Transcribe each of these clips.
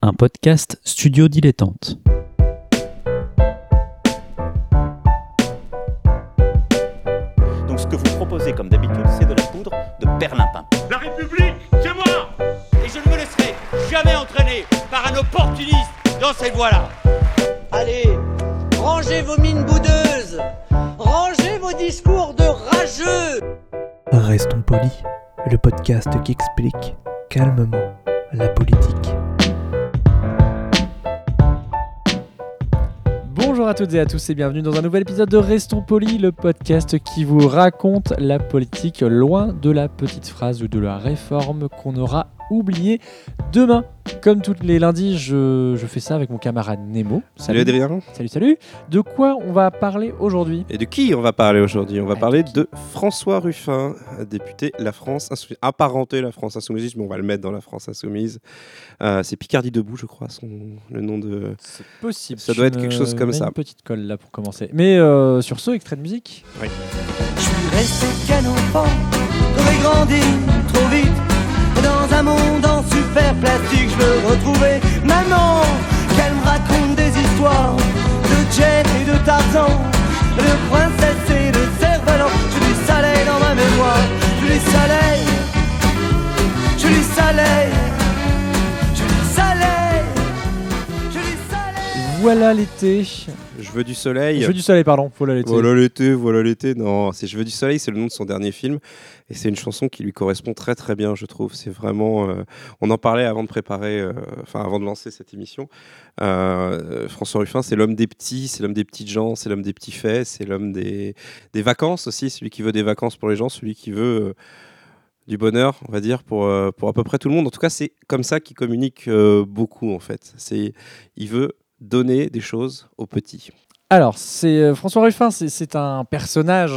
Un podcast Studio Dilettante. Donc ce que vous proposez comme d'habitude, c'est de la poudre de perlimpin. La République, c'est moi! Et je ne me laisserai jamais entraîner par un opportuniste dans cette voie-là. Allez, rangez vos mines boudeuses, rangez vos discours de rageux. Restons polis, le podcast qui explique calmement la politique. Bonjour à toutes et à tous et bienvenue dans un nouvel épisode de Restons Polis, le podcast qui vous raconte la politique loin de la petite phrase ou de la réforme qu'on aura oubliée demain. Comme tous les lundis, je fais ça avec mon camarade Nemo. Salut Adrien. Salut. De quoi on va parler aujourd'hui ? Et de qui on va parler aujourd'hui ? On va parler de François Ruffin, député La France Insoumise, apparenté La France Insoumise, mais on va le mettre dans La France Insoumise. C'est Picardie Debout, je crois, le nom de... C'est possible. Ça doit être quelque chose comme ça. Une petite colle là pour commencer. Mais sur ce, extrait de musique. Oui. Je suis resté qu'un enfant, j'aurais grandi trop vite. Dans un monde en super plastique, je veux retrouver maman, qu'elle me raconte des histoires de Jane et de Tarzan, de princesse et de cerf-volant. Je lui soleil dans ma mémoire, je lui soleil, je lui soleil, je lui soleil, je lui soleil. Voilà l'été. Je veux du soleil. Je veux du soleil, pardon. Voilà l'été. Voilà l'été. Non, c'est Je veux du soleil, c'est le nom de son dernier film. Et c'est une chanson qui lui correspond très très bien, je trouve. C'est vraiment... on en parlait avant de préparer, avant de lancer cette émission. François Ruffin, c'est l'homme des petits, c'est l'homme des petites gens, c'est l'homme des petits faits, c'est l'homme des vacances aussi, celui qui veut des vacances pour les gens, celui qui veut... du bonheur, on va dire, pour à peu près tout le monde. En tout cas, c'est comme ça qu'il communique beaucoup, en fait. Il veut donner des choses aux petits. Alors, François Ruffin, c'est un personnage,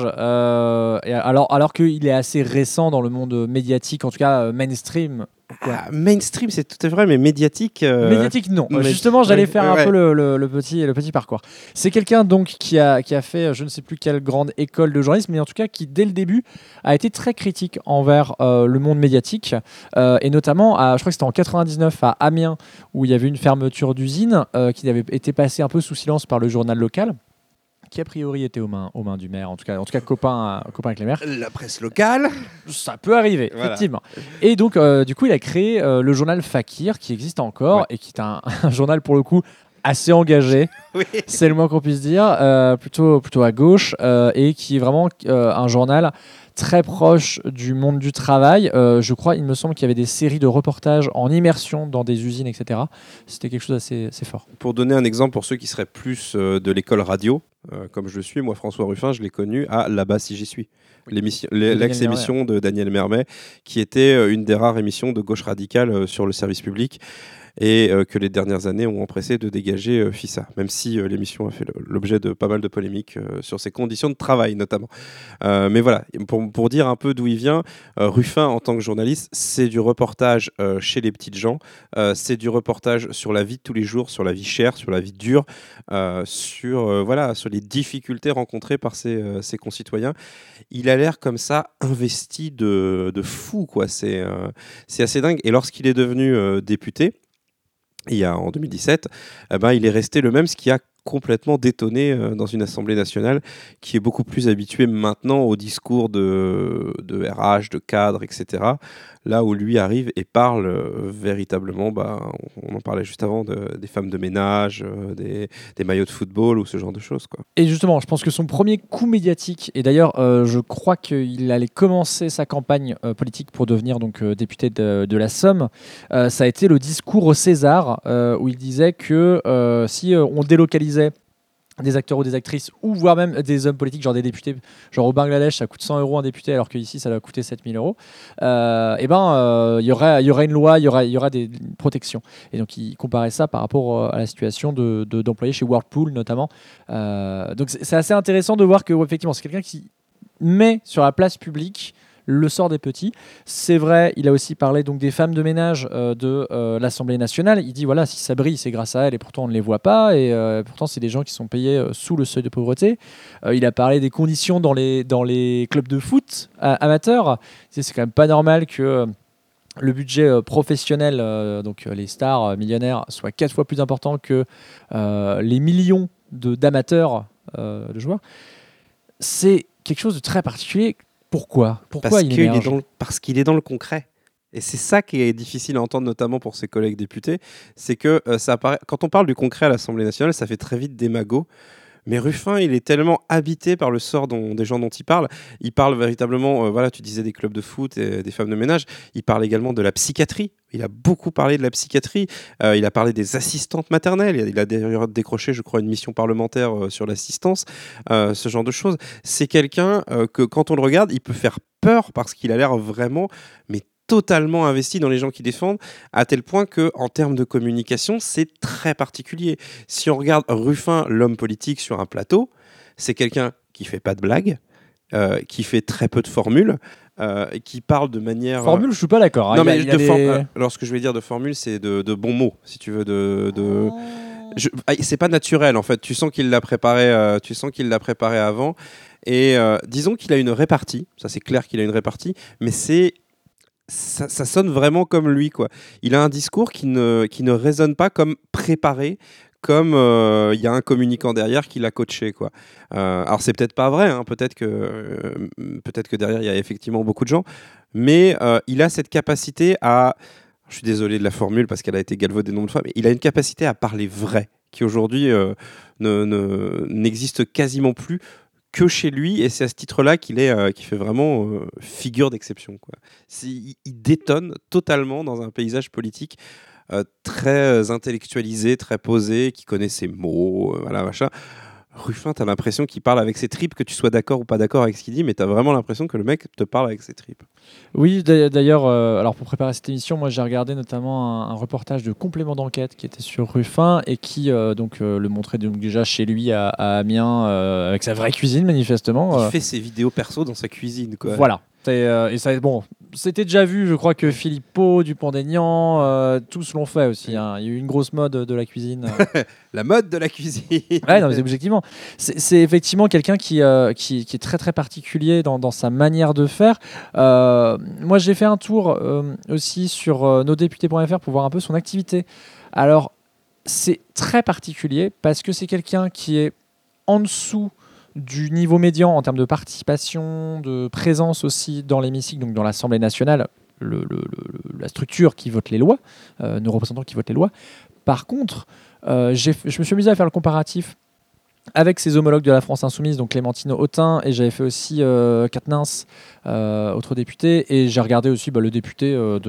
alors qu'il est assez récent dans le monde médiatique, en tout cas mainstream. Mainstream, c'est tout à vrai, mais médiatique... Médiatique, non. Justement, j'allais faire un peu le petit parcours. C'est quelqu'un donc qui a fait, je ne sais plus quelle grande école de journalisme, mais en tout cas qui, dès le début, a été très critique envers le monde médiatique, et notamment, je crois que c'était en 99 à Amiens, où il y avait une fermeture d'usine qui avait été passée un peu sous silence par le journal local, qui a priori était aux mains du maire, en tout cas copain avec les maires. La presse locale. Ça peut arriver, voilà. Effectivement. Et donc, du coup, il a créé le journal Fakir, qui existe encore, et qui est un journal, pour le coup, assez engagé, oui. C'est le moins qu'on puisse dire, plutôt à gauche, et qui est vraiment un journal très proche du monde du travail. Je crois, il me semble qu'il y avait des séries de reportages en immersion dans des usines, etc. C'était quelque chose d'assez fort. Pour donner un exemple pour ceux qui seraient plus de l'école radio, comme je le suis, moi François Ruffin, je l'ai connu à Là-bas si j'y suis. L'ex-émission de Daniel Mermet, qui était une des rares émissions de gauche radicale sur le service public, et que les dernières années ont empressé de dégager Fissa, même si l'émission a fait l'objet de pas mal de polémiques sur ses conditions de travail notamment. Mais voilà, pour dire un peu d'où il vient, Ruffin en tant que journaliste, c'est du reportage chez les petites gens, c'est du reportage sur la vie de tous les jours, sur la vie chère, sur la vie dure, sur les difficultés rencontrées par ses concitoyens. Il a l'air comme ça investi de fou, quoi. C'est assez dingue. Et lorsqu'il est devenu député, en 2017, il est resté le même, ce qui a complètement détonné dans une Assemblée nationale qui est beaucoup plus habituée maintenant au discours de RH, de cadre, etc. Là où lui arrive et parle véritablement, on en parlait juste avant, des femmes de ménage, des maillots de football ou ce genre de choses, quoi. Et justement, je pense que son premier coup médiatique, et d'ailleurs je crois qu'il allait commencer sa campagne politique pour devenir donc député de la Somme, ça a été le discours au César, où il disait que si on délocalisait des acteurs ou des actrices, ou voire même des hommes politiques, genre des députés, genre au Bangladesh ça coûte 100 € un député alors qu'ici ça doit coûter 7000 €, il y aurait une loi, il y aura des protections. Et donc il comparait ça par rapport à la situation d'employés chez Whirlpool notamment. Donc c'est assez intéressant de voir que effectivement c'est quelqu'un qui met sur la place publique le sort des petits. C'est vrai, il a aussi parlé donc des femmes de ménage de l'Assemblée nationale. Il dit voilà, si ça brille, c'est grâce à elles et pourtant on ne les voit pas, et pourtant c'est des gens qui sont payés sous le seuil de pauvreté. Il a parlé des conditions dans les clubs de foot amateurs. C'est quand même pas normal que le budget professionnel, donc les stars millionnaires, soit 4 fois plus important que les millions d'amateurs de joueurs, c'est quelque chose de très particulier. Pourquoi il émerge ? Parce qu'il est dans le concret. Et c'est ça qui est difficile à entendre, notamment pour ses collègues députés, c'est que ça apparaît, quand on parle du concret à l'Assemblée nationale, ça fait très vite démago. Mais Ruffin, il est tellement habité par le sort des gens dont il parle. Il parle véritablement, voilà, tu disais des clubs de foot et des femmes de ménage. Il parle également de la psychiatrie. Il a beaucoup parlé de la psychiatrie. Il a parlé des assistantes maternelles. Il a d'ailleurs décroché, je crois, une mission parlementaire sur l'assistance. Ce genre de choses. C'est quelqu'un que, quand on le regarde, il peut faire peur parce qu'il a l'air vraiment, mais totalement investi dans les gens qui défendent, à tel point que, en termes de communication, c'est très particulier. Si on regarde Ruffin, l'homme politique, sur un plateau, c'est quelqu'un qui fait pas de blagues, qui fait très peu de formules, qui parle de manière... Formule, je suis pas d'accord. Hein. Non, mais alors, ce que je vais dire de formule, c'est de bons mots, si tu veux, c'est pas naturel, en fait. Tu sens qu'il l'a préparé avant. Et disons qu'il a une répartie. Ça, c'est clair qu'il a une répartie, mais ça sonne vraiment comme lui, quoi. Il a un discours qui ne résonne pas comme préparé, comme il y a un communicant derrière qui l'a coaché, quoi. Alors c'est peut-être pas vrai, hein, peut-être que derrière il y a effectivement beaucoup de gens, mais il a cette capacité à, je suis désolé de la formule parce qu'elle a été galvaudée nombre de fois, mais il a une capacité à parler vrai qui aujourd'hui n'existe quasiment plus que chez lui, et c'est à ce titre-là qu'il fait vraiment figure d'exception, quoi. Il détonne totalement dans un paysage politique très intellectualisé, très posé, qui connaît ses mots, voilà, machin. Ruffin, t'as l'impression qu'il parle avec ses tripes, que tu sois d'accord ou pas d'accord avec ce qu'il dit, mais t'as vraiment l'impression que le mec te parle avec ses tripes. Oui, d'ailleurs, alors pour préparer cette émission, moi j'ai regardé notamment un reportage de complément d'enquête qui était sur Ruffin et qui le montrait donc déjà chez lui à Amiens avec sa vraie cuisine, manifestement. Il fait ses vidéos perso dans sa cuisine, quoi. Voilà. Et ça, bon, c'était déjà vu, je crois que Philippot, Dupont-Aignan, tous l'ont fait aussi. Hein. Il y a eu une grosse mode de la cuisine. La mode de la cuisine. Ouais, non, mais objectivement, c'est effectivement quelqu'un qui est très très particulier dans sa manière de faire. Moi, j'ai fait un tour aussi sur nosdéputés.fr pour voir un peu son activité. Alors, c'est très particulier parce que c'est quelqu'un qui est en dessous du niveau médian en termes de participation, de présence aussi dans l'hémicycle, donc dans l'Assemblée nationale, la structure qui vote les lois, nos représentants qui votent les lois. Par contre, je me suis amusé à faire le comparatif avec ses homologues de la France Insoumise, donc Clémentine Autain, et j'avais fait aussi Quatennens, autre député, et j'ai regardé aussi le député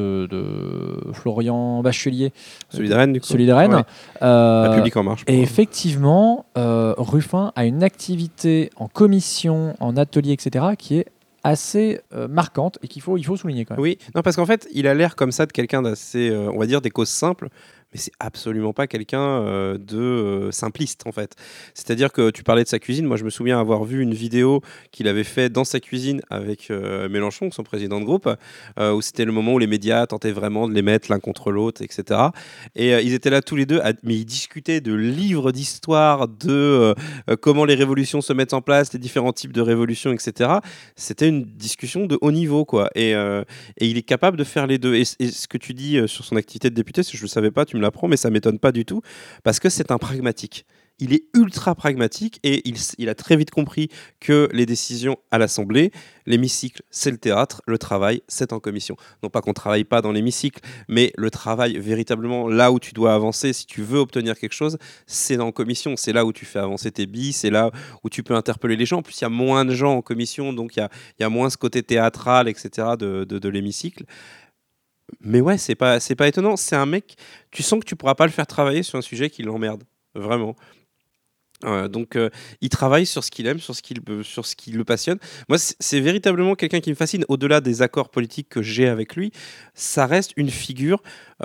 de Florian Bachelier, celui de Rennes, du coup. Celui de Rennes. Ouais. République en marche. Et effectivement, Ruffin a une activité en commission, en atelier, etc., qui est assez marquante et il faut souligner quand même. Oui, non, parce qu'en fait, il a l'air comme ça de quelqu'un d'assez, on va dire, des causes simples, mais c'est absolument pas quelqu'un de simpliste, en fait. C'est-à-dire que tu parlais de sa cuisine. Moi, je me souviens avoir vu une vidéo qu'il avait fait dans sa cuisine avec Mélenchon, son président de groupe, où c'était le moment où les médias tentaient vraiment de les mettre l'un contre l'autre, etc. Et ils étaient là tous les deux, mais ils discutaient de livres d'histoire, de comment les révolutions se mettent en place, les différents types de révolutions, etc. C'était une discussion de haut niveau, quoi. Et il est capable de faire les deux. Et ce que tu dis sur son activité de député, je ne le savais pas, tu me l'apprends, mais ça ne m'étonne pas du tout, parce que c'est un pragmatique. Il est ultra pragmatique et il a très vite compris que les décisions à l'Assemblée, l'hémicycle, c'est le théâtre, le travail, c'est en commission. Non pas qu'on ne travaille pas dans l'hémicycle, mais le travail, véritablement, là où tu dois avancer, si tu veux obtenir quelque chose, c'est en commission. C'est là où tu fais avancer tes billes, c'est là où tu peux interpeller les gens. En plus, il y a moins de gens en commission, donc il y a moins ce côté théâtral, etc. de l'hémicycle. Mais ouais, c'est pas étonnant. C'est un mec, tu sens que tu pourras pas le faire travailler sur un sujet qui l'emmerde. Vraiment. Donc il travaille sur ce qu'il aime, sur ce qui le passionne. Moi, c'est véritablement quelqu'un qui me fascine. Au-delà des accords politiques que j'ai avec lui, ça reste une figure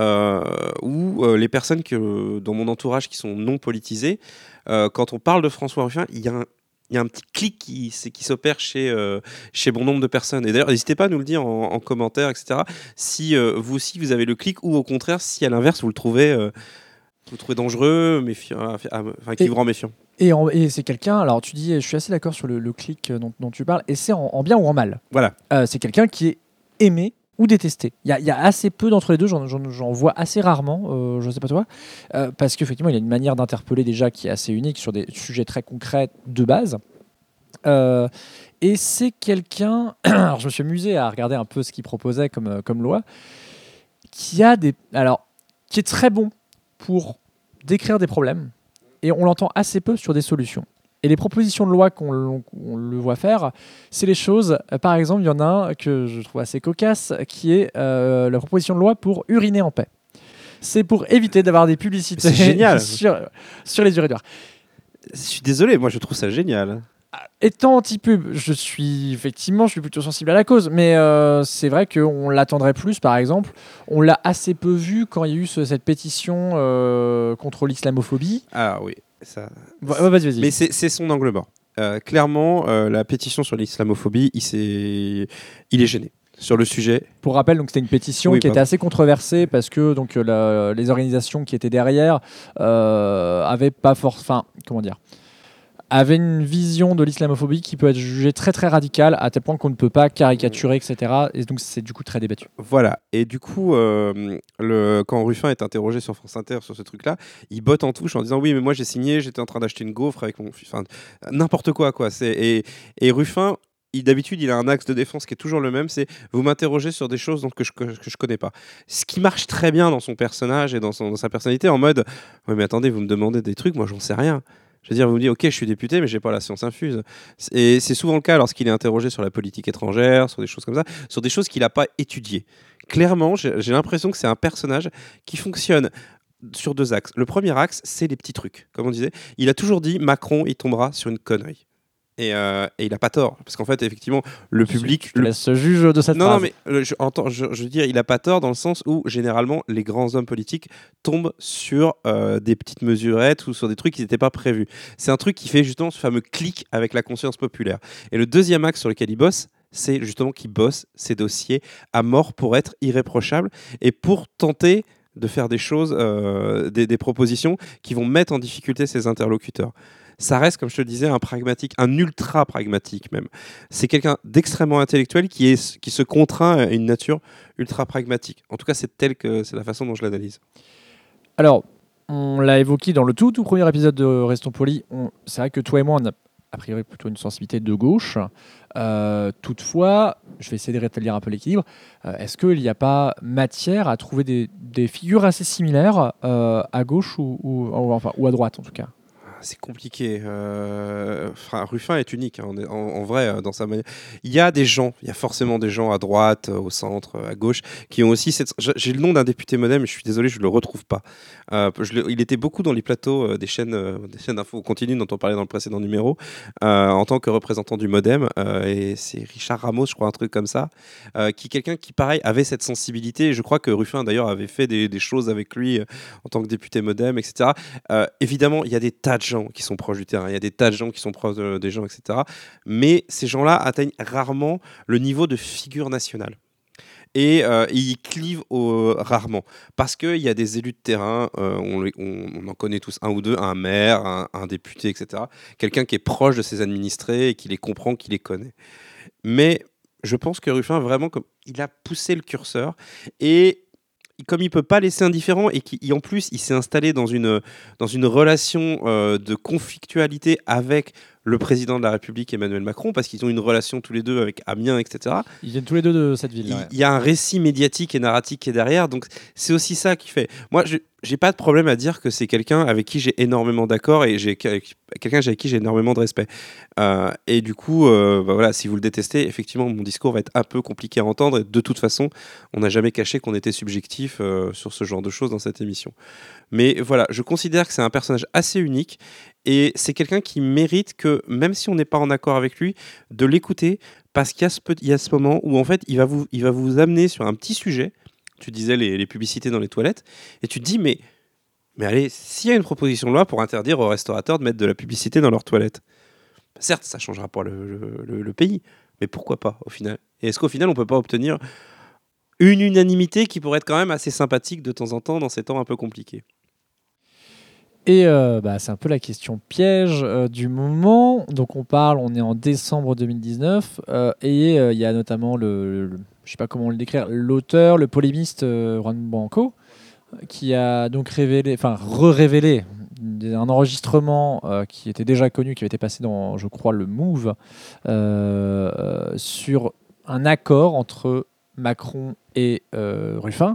où les personnes dans mon entourage qui sont non politisées, quand on parle de François Ruffin, il y a un petit clic qui s'opère chez bon nombre de personnes. Et d'ailleurs, n'hésitez pas à nous le dire en commentaire, etc. Si vous aussi, vous avez le clic, ou au contraire, si à l'inverse, vous le trouvez dangereux, méfiant, qui vous rend méfiant. Et c'est quelqu'un, alors tu dis, je suis assez d'accord sur le clic dont tu parles, et c'est en bien ou en mal. Voilà. C'est quelqu'un qui est aimé ou détester. Il y a assez peu d'entre les deux, j'en vois assez rarement, je ne sais pas toi, parce qu'effectivement, il a une manière d'interpeller déjà qui est assez unique sur des sujets très concrets de base. Et c'est quelqu'un, alors je me suis amusé à regarder un peu ce qu'il proposait comme loi, qui est très bon pour décrire des problèmes, et on l'entend assez peu sur des solutions. Et les propositions de loi qu'on le voit faire, c'est les choses, par exemple, il y en a un que je trouve assez cocasse, qui est la proposition de loi pour uriner en paix. C'est pour éviter d'avoir des publicités C'est génial. sur les urinoirs. Je suis désolé, moi je trouve ça génial. Étant anti-pub, je suis plutôt sensible à la cause, mais c'est vrai qu'on l'attendrait plus, par exemple. On l'a assez peu vu quand il y a eu cette pétition contre l'islamophobie. Ah oui, ça. Vas-y. Mais c'est son angle mort. Clairement, la pétition sur l'islamophobie, il est gêné sur le sujet. Pour rappel, donc c'était une pétition qui était assez controversée parce que donc les organisations qui étaient derrière avaient pas avait une vision de l'islamophobie qui peut être jugée très très radicale à tel point qu'on ne peut pas caricaturer, etc. Et donc c'est du coup très débattu. Voilà. Et du coup, quand Ruffin est interrogé sur France Inter sur ce truc-là, il botte en touche en disant oui, mais moi j'ai signé, j'étais en train d'acheter une gaufre avec mon fils. Enfin, n'importe quoi. Et Ruffin, d'habitude, il a un axe de défense qui est toujours le même, c'est vous m'interrogez sur des choses que je connais pas. Ce qui marche très bien dans son personnage et dans sa personnalité, en mode ouais, mais attendez, vous me demandez des trucs, moi j'en sais rien. Je veux dire, vous me dites, ok, je suis député, mais j'ai pas la science infuse. Et c'est souvent le cas lorsqu'il est interrogé sur la politique étrangère, sur des choses comme ça, sur des choses qu'il n'a pas étudiées. Clairement, j'ai l'impression que c'est un personnage qui fonctionne sur deux axes. Le premier axe, c'est les petits trucs. Comme on disait, il a toujours dit, Macron, il tombera sur une connerie. Et il n'a pas tort, parce qu'en fait, effectivement, le public... Je te laisse juge de cette phrase. Non, mais je veux dire, il n'a pas tort dans le sens où, généralement, les grands hommes politiques tombent sur des petites mesurettes ou sur des trucs qui n'étaient pas prévus. C'est un truc qui fait justement ce fameux clic avec la conscience populaire. Et le deuxième axe sur lequel il bosse, c'est justement qu'il bosse ses dossiers à mort pour être irréprochable et pour tenter de faire des choses, des propositions qui vont mettre en difficulté ses interlocuteurs. Ça reste, comme je te le disais, un pragmatique, un ultra pragmatique même. C'est quelqu'un d'extrêmement intellectuel qui se contraint à une nature ultra pragmatique. En tout cas, c'est la façon dont je l'analyse. Alors, on l'a évoqué dans le tout premier épisode de Restons Polis. C'est vrai que toi et moi, on a a priori plutôt une sensibilité de gauche. Toutefois, je vais essayer de rétablir un peu l'équilibre. Est-ce qu'il n'y a pas matière à trouver des figures assez similaires à gauche ou à droite en tout cas ? C'est compliqué. Ruffin est unique en vrai dans sa manière. Il y a forcément des gens à droite, au centre, à gauche, qui ont aussi cette. J'ai le nom d'un député modem, mais je suis désolé, je le retrouve pas. Il était beaucoup dans les plateaux des chaînes d'infos continue dont on parlait dans le précédent numéro, en tant que représentant du modem. Et c'est Richard Ramos, je crois, un truc comme ça, quelqu'un qui pareil avait cette sensibilité. Et je crois que Ruffin d'ailleurs avait fait des choses avec lui en tant que député modem, etc. Évidemment, il y a des tas de gens qui sont proches du terrain, il y a des tas de gens qui sont proches des gens, etc. Mais ces gens-là atteignent rarement le niveau de figure nationale. Et ils clivent rarement. Parce qu'il y a des élus de terrain, on en connaît tous un ou deux, un maire, un député, etc. Quelqu'un qui est proche de ses administrés et qui les comprend, qui les connaît. Mais je pense que Ruffin, vraiment, il a poussé le curseur et comme il ne peut pas laisser indifférent et qu'en plus il s'est installé dans une relation de conflictualité avec le président de la République Emmanuel Macron, parce qu'ils ont une relation tous les deux avec Amiens, etc. Ils viennent tous les deux de cette ville. Il y a un récit médiatique et narratique qui est derrière, donc c'est aussi ça qui fait. Moi, j'ai pas de problème à dire que c'est quelqu'un avec qui j'ai énormément d'accord et quelqu'un avec qui j'ai énormément de respect. Et du coup, voilà, si vous le détestez, effectivement, mon discours va être un peu compliqué à entendre. Et de toute façon, on n'a jamais caché qu'on était subjectif sur ce genre de choses dans cette émission. Mais voilà, je considère que c'est un personnage assez unique et c'est quelqu'un qui mérite que, même si on n'est pas en accord avec lui, de l'écouter, parce qu'il y a ce moment où en fait, il va vous amener sur un petit sujet. Tu disais les publicités dans les toilettes, et tu te dis, mais allez, s'il y a une proposition de loi pour interdire aux restaurateurs de mettre de la publicité dans leurs toilettes, certes, ça ne changera pas le pays, mais pourquoi pas au final ? Et est-ce qu'au final, on ne peut pas obtenir une unanimité qui pourrait être quand même assez sympathique de temps en temps dans ces temps un peu compliqués ? Et c'est un peu la question piège du moment. Donc on est en décembre 2019 et il y a notamment je je sais pas comment le décrire, l'auteur, le polémiste Juan Branco, qui a donc révélé un enregistrement qui était déjà connu, qui avait été passé dans, je crois, le Move, sur un accord entre Macron et Ruffin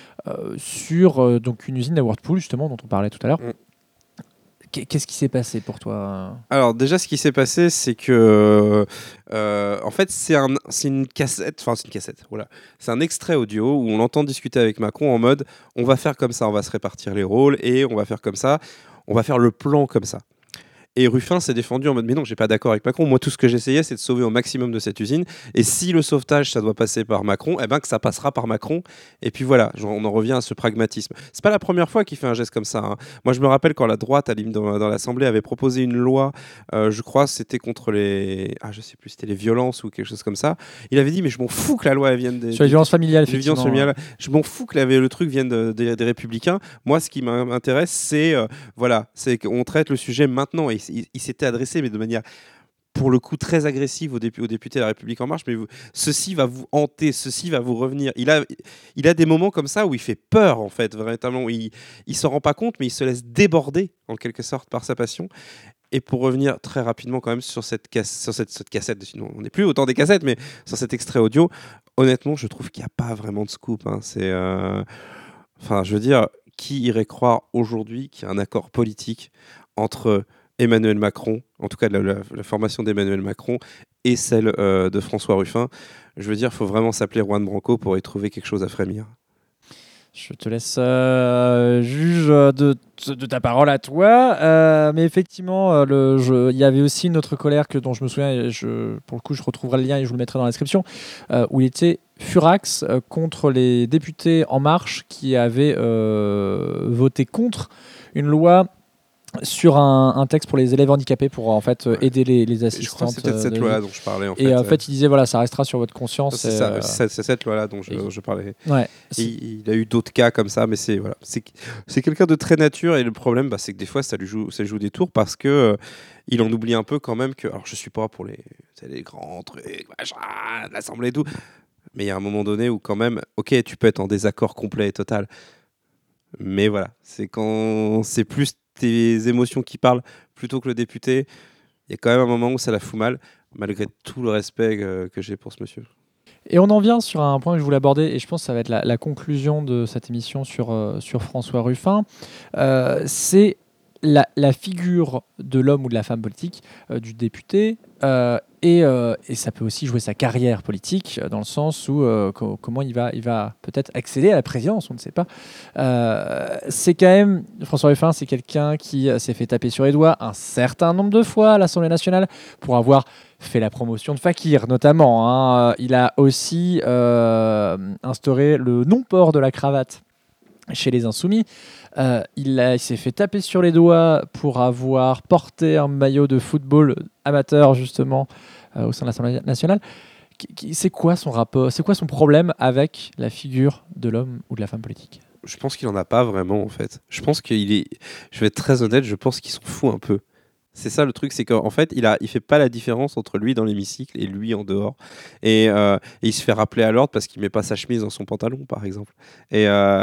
sur donc une usine à Whirlpool, justement, dont on parlait tout à l'heure. Qu'est-ce qui s'est passé pour toi ? Alors déjà, ce qui s'est passé, c'est que en fait, c'est une cassette. Enfin, c'est une cassette. Voilà, c'est un extrait audio où on l'entend discuter avec Macron en mode on va faire comme ça, on va se répartir les rôles et on va faire comme ça, on va faire le plan comme ça. Et Ruffin s'est défendu en mode mais non, j'ai pas d'accord avec Macron. Moi, tout ce que j'essayais, c'est de sauver au maximum de cette usine. Et si le sauvetage, ça doit passer par Macron, eh ben que ça passera par Macron. Et puis voilà, on en revient à ce pragmatisme. C'est pas la première fois qu'il fait un geste comme ça. Hein. Moi, je me rappelle quand la droite, dans l'Assemblée, avait proposé une loi. Je crois c'était contre je sais plus, c'était les violences ou quelque chose comme ça. Il avait dit mais je m'en fous que la loi vienne des sur les violences familiales. Les violences familiales. Je m'en fous que le truc vienne des Républicains. Moi, ce qui m'intéresse, c'est c'est qu'on traite le sujet maintenant. Et il s'était adressé, mais de manière, pour le coup, très agressive aux députés de la République En Marche. Mais ceci va vous hanter, ceci va vous revenir. Il a des moments comme ça où il fait peur, en fait, véritablement. Il s'en rend pas compte, mais il se laisse déborder, en quelque sorte, par sa passion. Et pour revenir très rapidement quand même sur cette cassette, sinon on n'est plus autant des cassettes, mais sur cet extrait audio, honnêtement, je trouve qu'il n'y a pas vraiment de scoop. Hein. Je veux dire, qui irait croire aujourd'hui qu'il y a un accord politique entre Emmanuel Macron, en tout cas la formation d'Emmanuel Macron, et celle de François Ruffin. Je veux dire, il faut vraiment s'appeler Juan Branco pour y trouver quelque chose à frémir. Je te laisse juge de ta parole à toi. Mais effectivement, il y avait aussi une autre colère dont je me souviens, et pour le coup, je retrouverai le lien et je vous le mettrai dans la description, où il était furax contre les députés En Marche qui avaient voté contre une loi sur un texte pour les élèves handicapés pour en fait aider les assistantes. Je crois que c'était cette loi-là dont je parlais. En fait, il disait voilà, ça restera sur votre conscience. C'est cette loi-là dont je parlais. Ouais. Il a eu d'autres cas comme ça, mais c'est quelqu'un de très nature et le problème, c'est que des fois ça joue des tours parce que il en oublie un peu quand même que. Alors je suis pas pour les grands trucs, machin, l'Assemblée et tout, mais il y a un moment donné où quand même, ok, tu peux être en désaccord complet et total, mais voilà, c'est quand c'est plus tes émotions qui parlent plutôt que le député, il y a quand même un moment où ça la fout mal, malgré tout le respect que j'ai pour ce monsieur. Et on en vient sur un point que je voulais aborder, et je pense que ça va être la conclusion de cette émission sur François Ruffin. C'est la figure de l'homme ou de la femme politique, du député, et ça peut aussi jouer sa carrière politique, dans le sens où comment il va peut-être accéder à la présidence, on ne sait pas. C'est quand même, François Ruffin, c'est quelqu'un qui s'est fait taper sur les doigts un certain nombre de fois à l'Assemblée nationale pour avoir fait la promotion de Fakir, notamment. Il a aussi instauré le non-port de la cravate chez les Insoumis. Il s'est fait taper sur les doigts pour avoir porté un maillot de football amateur, justement, au sein de l'Assemblée nationale. C'est quoi son rapport ? C'est quoi son problème avec la figure de l'homme ou de la femme politique ? Je pense qu'il n'en a pas vraiment, en fait. Je pense qu'il est... Je vais être très honnête, je pense qu'il s'en fout un peu. C'est ça le truc, c'est qu'en fait, il fait pas la différence entre lui dans l'hémicycle et lui en dehors. Et il se fait rappeler à l'ordre parce qu'il met pas sa chemise dans son pantalon, par exemple. Et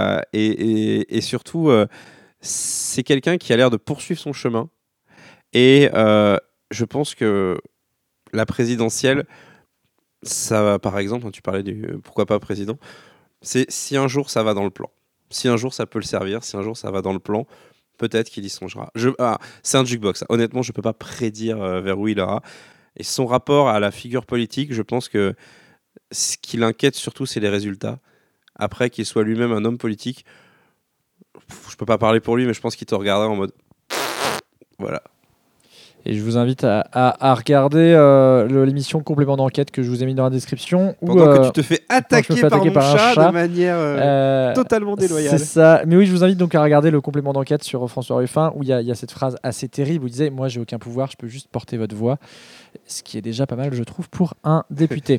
surtout, c'est quelqu'un qui a l'air de poursuivre son chemin. Et je pense que la présidentielle, ça va, par exemple, tu parlais du pourquoi pas président, c'est si un jour ça va dans le plan. Si un jour ça peut le servir, si un jour ça va dans le plan, peut-être qu'il y songera. C'est un jukebox. Honnêtement, je ne peux pas prédire vers où il ira. Et son rapport à la figure politique, je pense que ce qui l'inquiète surtout, c'est les résultats. Après, qu'il soit lui-même un homme politique, je ne peux pas parler pour lui, mais je pense qu'il te regardera en mode... Voilà. Et je vous invite à regarder l'émission Complément d'enquête que je vous ai mis dans la description. Pendant que tu te fais attaquer par mon chat de manière totalement déloyale. C'est ça. Mais oui, je vous invite donc à regarder le Complément d'enquête sur François Ruffin, où il y a cette phrase assez terrible où il disait « Moi, j'ai aucun pouvoir, je peux juste porter votre voix ». Ce qui est déjà pas mal, je trouve, pour un député.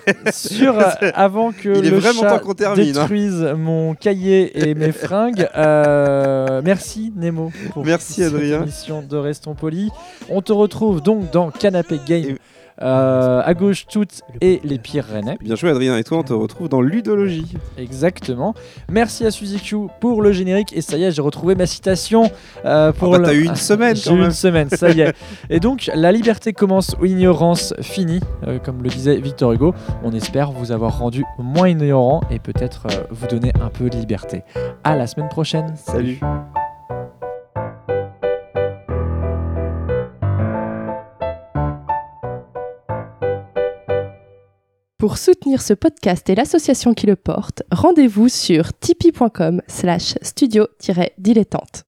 Avant que le chat détruise mon cahier et mes fringues, merci Nemo pour merci, cette émission de Restons Polis. On te retrouve donc dans Canapé Game À gauche, toutes et les pires rennais. Bien joué Adrien, et toi on te retrouve dans Ludologie. Exactement. Merci à Suzy Q pour le générique. Et ça y est, j'ai retrouvé ma citation. T'as eu une semaine J'ai quand eu même. une semaine, ça y est. Et donc, la liberté commence où l'ignorance finit, comme le disait Victor Hugo. On espère vous avoir rendu moins ignorant et peut-être vous donner un peu de liberté. À la semaine prochaine. Salut. Pour soutenir ce podcast et l'association qui le porte, rendez-vous sur tipeee.com/studio-dilettante.